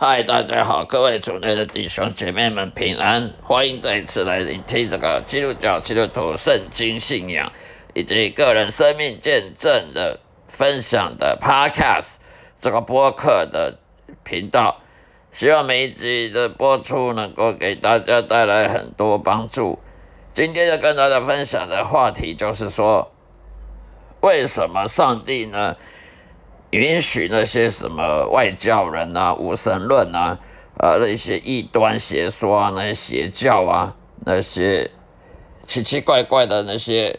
嗨，大家好，各位主内的弟兄姐妹们平安，欢迎再次来聆听这个基督教基督徒圣经信仰以及个人生命见证的分享的 Podcast 这个播客的频道。希望每一集的播出能够给大家带来很多帮助。今天要跟大家分享的话题就是说，为什么上帝呢允许那些什么外教人啊、无神论啊、那些异端邪说啊、那些邪教啊、那些奇奇怪怪的那些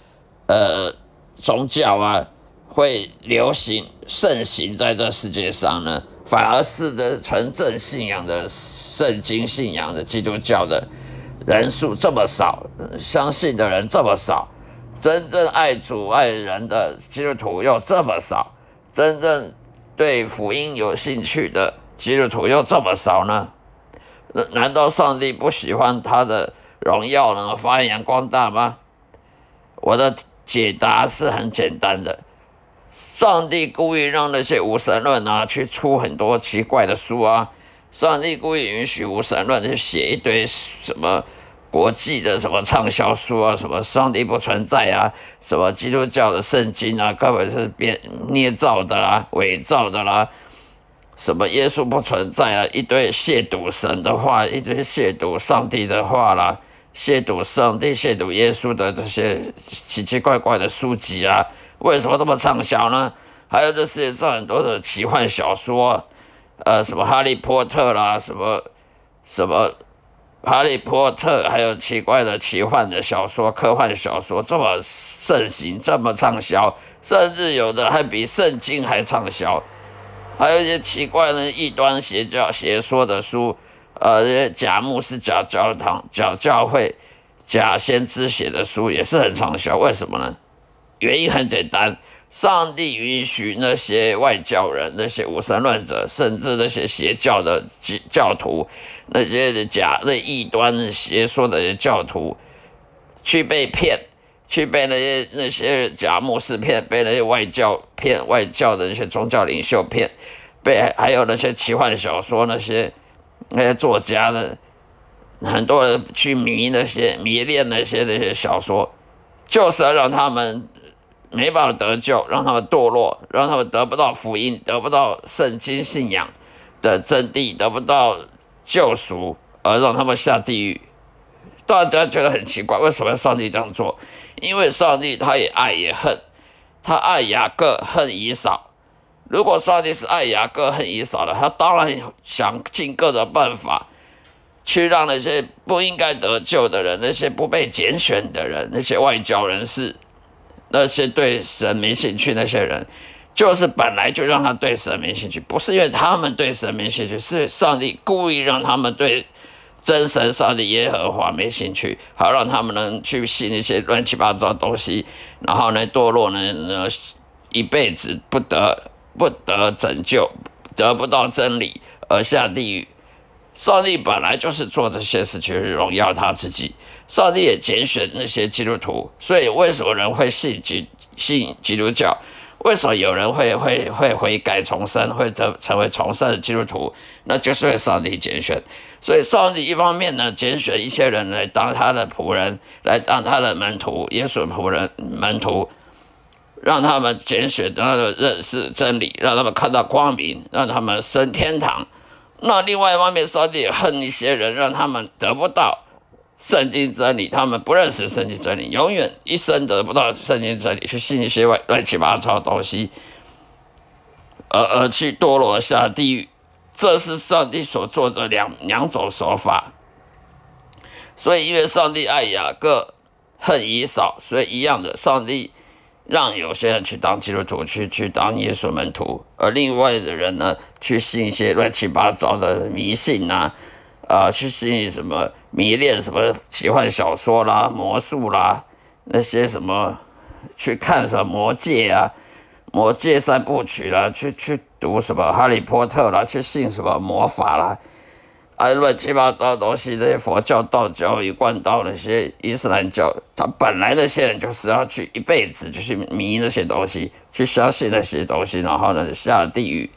宗教啊，会盛行在这世界上呢？反而是的纯正信仰的圣经信仰的基督教的人数这么少，相信的人这么少，真正爱主爱人的基督徒又这么少，真正对福音有兴趣的基督徒又这么少呢？难道上帝不喜欢他的荣耀能发扬光大吗？我的解答是很简单的，上帝故意让那些无神论啊去出很多奇怪的书啊，上帝故意允许无神论去写一堆什么国际的什么畅销书啊，什么上帝不存在啊，什么基督教的圣经啊根本是捏造的啦、伪造的啦，什么耶稣不存在啊，一堆亵渎神的话，一堆亵渎上帝的话啦，亵渎上帝、亵渎耶稣的这些奇奇怪怪的书籍啊，为什么这么畅销呢？还有这世界上很多的奇幻小说，什么哈利波特啦，什么哈利波特，还有奇怪的奇幻的小说、科幻小说这么盛行，这么畅销，甚至有的还比圣经还畅销。还有一些奇怪的异端邪说的书，这些假牧师、假教堂、假教会、假先知写的书也是很畅销。为什么呢？原因很简单，上帝允许那些外教人、那些无神论者，甚至那些邪教的教徒，那些异端邪说的教徒去被骗，去被那些假牧师骗，被那些外教骗，外教的那些宗教领袖骗，还有那些奇幻小说那些作家的，很多人去迷恋那些小说，就是要让他们没办法得救，让他们堕落，让他们得不到福音，得不到圣经信仰的真谛，得不到救赎，而让他们下地狱。大家觉得很奇怪，为什么上帝这样做？因为上帝他也爱也恨，他爱雅各，恨以扫。如果上帝是爱雅各恨以扫的，他当然想尽各种办法去让那些不应该得救的人，那些不被拣选的人，那些外教人士，那些对神没兴趣那些人，就是本来就让他对神没兴趣，不是因为他们对神没兴趣，是上帝故意让他们对真神上帝耶和华没兴趣，好让他们能去信一些乱七八糟的东西，然后呢堕落呢一辈子不得拯救，得不到真理而下地狱。上帝本来就是做这些事情荣耀他自己，上帝也拣选那些基督徒，所以为什么人会信基督教？为什么有人会悔改重生，会成为重生的基督徒？那就是为上帝拣选。所以上帝一方面呢拣选一些人来当他的仆人，来当他的门徒，耶稣仆人门徒，让他们拣选，让他们认识真理，让他们看到光明，让他们升天堂。那另外一方面，上帝也恨一些人，让他们得不到圣经真理，他们不认识圣经真理，永远一生得不到圣经真理，去信一些乱七八糟的东西，而去堕落下地狱。这是上帝所做的两种手法。所以因为上帝爱雅各恨以扫，所以一样的，上帝让有些人去当基督徒，去当耶稣门徒，而另外的人呢去信一些乱七八糟的迷信啊，去信什么迷恋什么奇幻小说啦、魔术啦，那些什么去看什么魔戒啊、魔戒三部曲啦，去读什么哈利波特啦，去信什么魔法啦，乱七八糟的东西，这些佛教、道教、一贯道那些伊斯兰教，他本来那些人就是要去一辈子就去迷那些东西，去相信那些东西，然后呢下了地狱。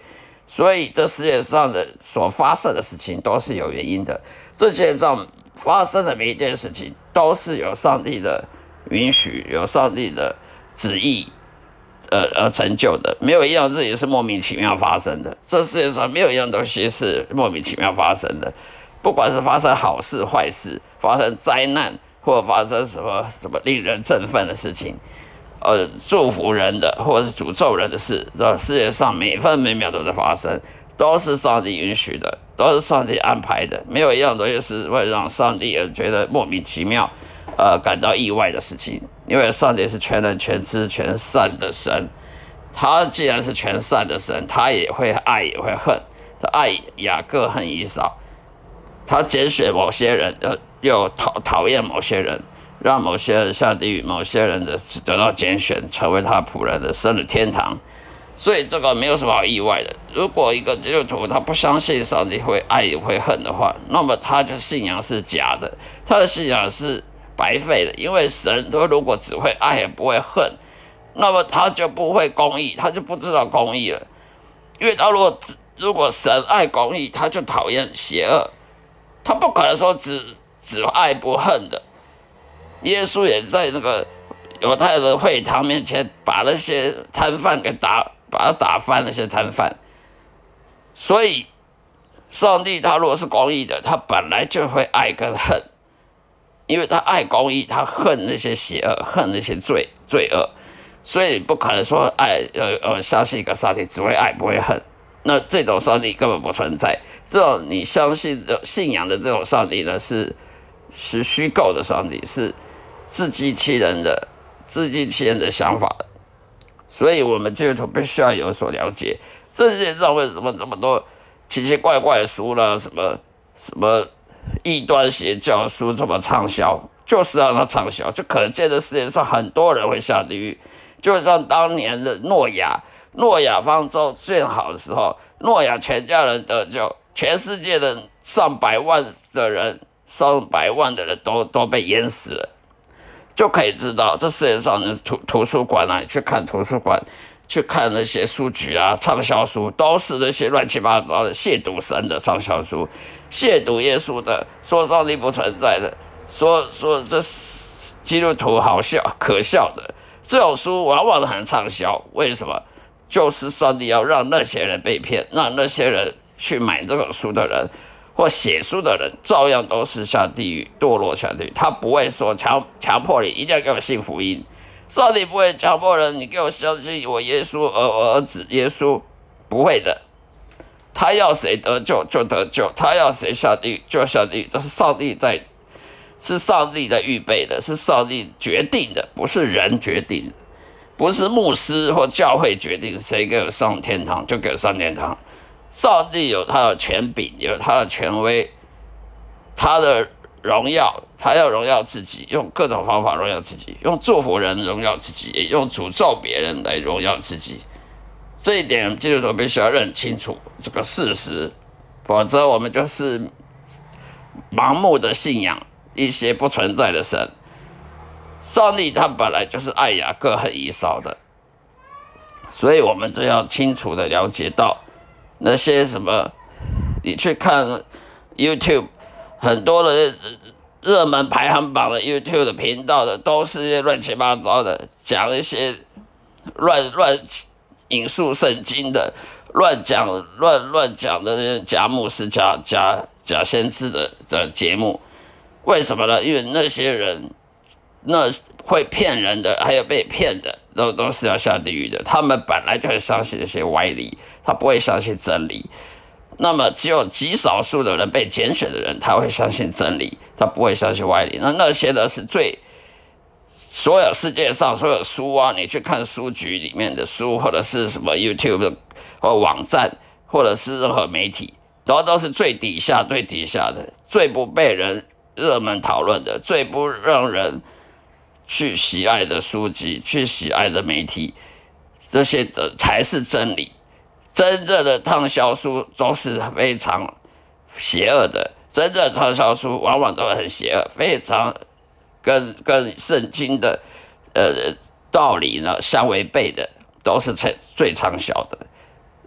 所以这世界上的所发生的事情都是有原因的，这世界上发生的每一件事情都是有上帝的允许，有上帝的旨意而成就的，没有一样事情是莫名其妙发生的。这世界上没有一样东西是莫名其妙发生的，不管是发生好事坏事，发生灾难，或者发生什么令人振奋的事情，祝福人的或者是诅咒人的事，这世界上每分每秒都在发生，都是上帝允许的，都是上帝安排的，没有一样东西是会让上帝而觉得莫名其妙，感到意外的事情。因为上帝是全能、全知、全善的神，他既然是全善的神，他也会爱，也会恨。他爱雅各，恨以扫。他拣选某些人，又讨厌某些人，让某些人下地狱，某些人得到拣选，成为他仆人的，升了天堂。所以这个没有什么好意外的。如果一个基督徒他不相信上帝会爱也会恨的话，那么他的信仰是假的，他的信仰是白费的。因为神他如果只会爱也不会恨，那么他就不会公义，他就不知道公义了。因为他如果神爱公义，他就讨厌邪恶，他不可能说只爱不恨的。耶稣也在那个犹太的会堂面前把那些摊贩把他打翻，那些摊贩。所以上帝他如果是公义的，他本来就会爱跟恨，因为他爱公义，他恨那些邪恶，恨那些罪恶。所以不可能说相信一个上帝只会爱不会恨，那这种上帝根本不存在。这种你相信信仰的这种上帝呢，是虚构的上帝，是自欺欺人的想法。所以我们基督徒必须要有所了解，这世界上为什么这么多奇奇怪怪的书呢？什么异端邪教书这么畅销，就是让它畅销，就可见这世界上很多人会下地狱。就像当年的诺亚方舟建好的时候，诺亚全家人得救，全世界的上百万的人都被淹死了。就可以知道这世界上的图书馆啊，去看图书馆，去看那些书局啊，畅销书都是那些乱七八糟的亵渎神的畅销书，亵渎耶稣的，说上帝不存在的，说这基督徒好笑可笑的，这种书往往很畅销。为什么？就是上帝要让那些人被骗，让那些人去买这种书的人或写书的人照样都是下地狱，堕落下地狱。他不会说强迫你一定要给我信福音，上帝不会强迫人你给我相信我耶稣我儿子耶稣，不会的。他要谁得救就得救，他要谁下地狱就下地狱，这是上帝在预备的，是上帝决定的，不是人决定的，不是牧师或教会决定谁给我上天堂就给我上天堂。上帝有他的权柄，有他的权威，他的荣耀，他要荣耀自己，用各种方法荣耀自己，用祝福人荣耀自己，也用诅咒别人来荣耀自己。这一点基督徒必须要认清楚这个事实，否则我们就是盲目的信仰一些不存在的神。上帝他本来就是爱雅各恨以扫的，所以我们就要清楚的了解到，那些什么，你去看 YouTube， 很多的热门排行榜的 YouTube 的频道的，都是一些乱七八糟的，讲一些乱引述圣经的，乱讲的那些假牧师、假先知的节目。为什么呢？因为那些人，那会骗人的，还有被骗的，都是要下地狱的。他们本来就会相信那些歪理，他不会相信真理。那么只有极少数的人，被拣选的人，他会相信真理，他不会相信歪理。那些呢是所有世界上所有书啊，你去看书局里面的书，或者是什么 YouTube 的或网站，或者是任何媒体，都是最底下的，最不被人热门讨论的，最不让人去喜爱的书籍，去喜爱的媒体，这些的才是真理。真正的畅销书都是非常邪恶的，真正的畅销书往往都很邪恶，非常跟圣经的道理呢相违背的，都是最畅销的。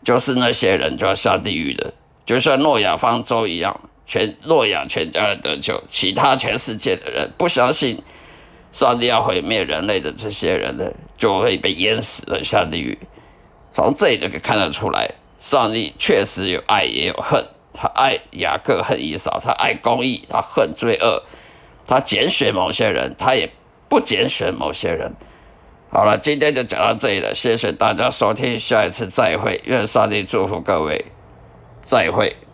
就是那些人就要下地狱的，就像诺亚方舟一样，诺亚全家人得救，其他全世界的人不相信上帝要毁灭人类的这些人呢，就会被淹死了下地狱。从这里就可以看得出来，上帝确实有爱也有恨，他爱雅各恨以扫，他爱公义，他恨罪恶，他拣选某些人，他也不拣选某些人。好了，今天就讲到这里了，谢谢大家收听，下一次再会，愿上帝祝福各位，再会。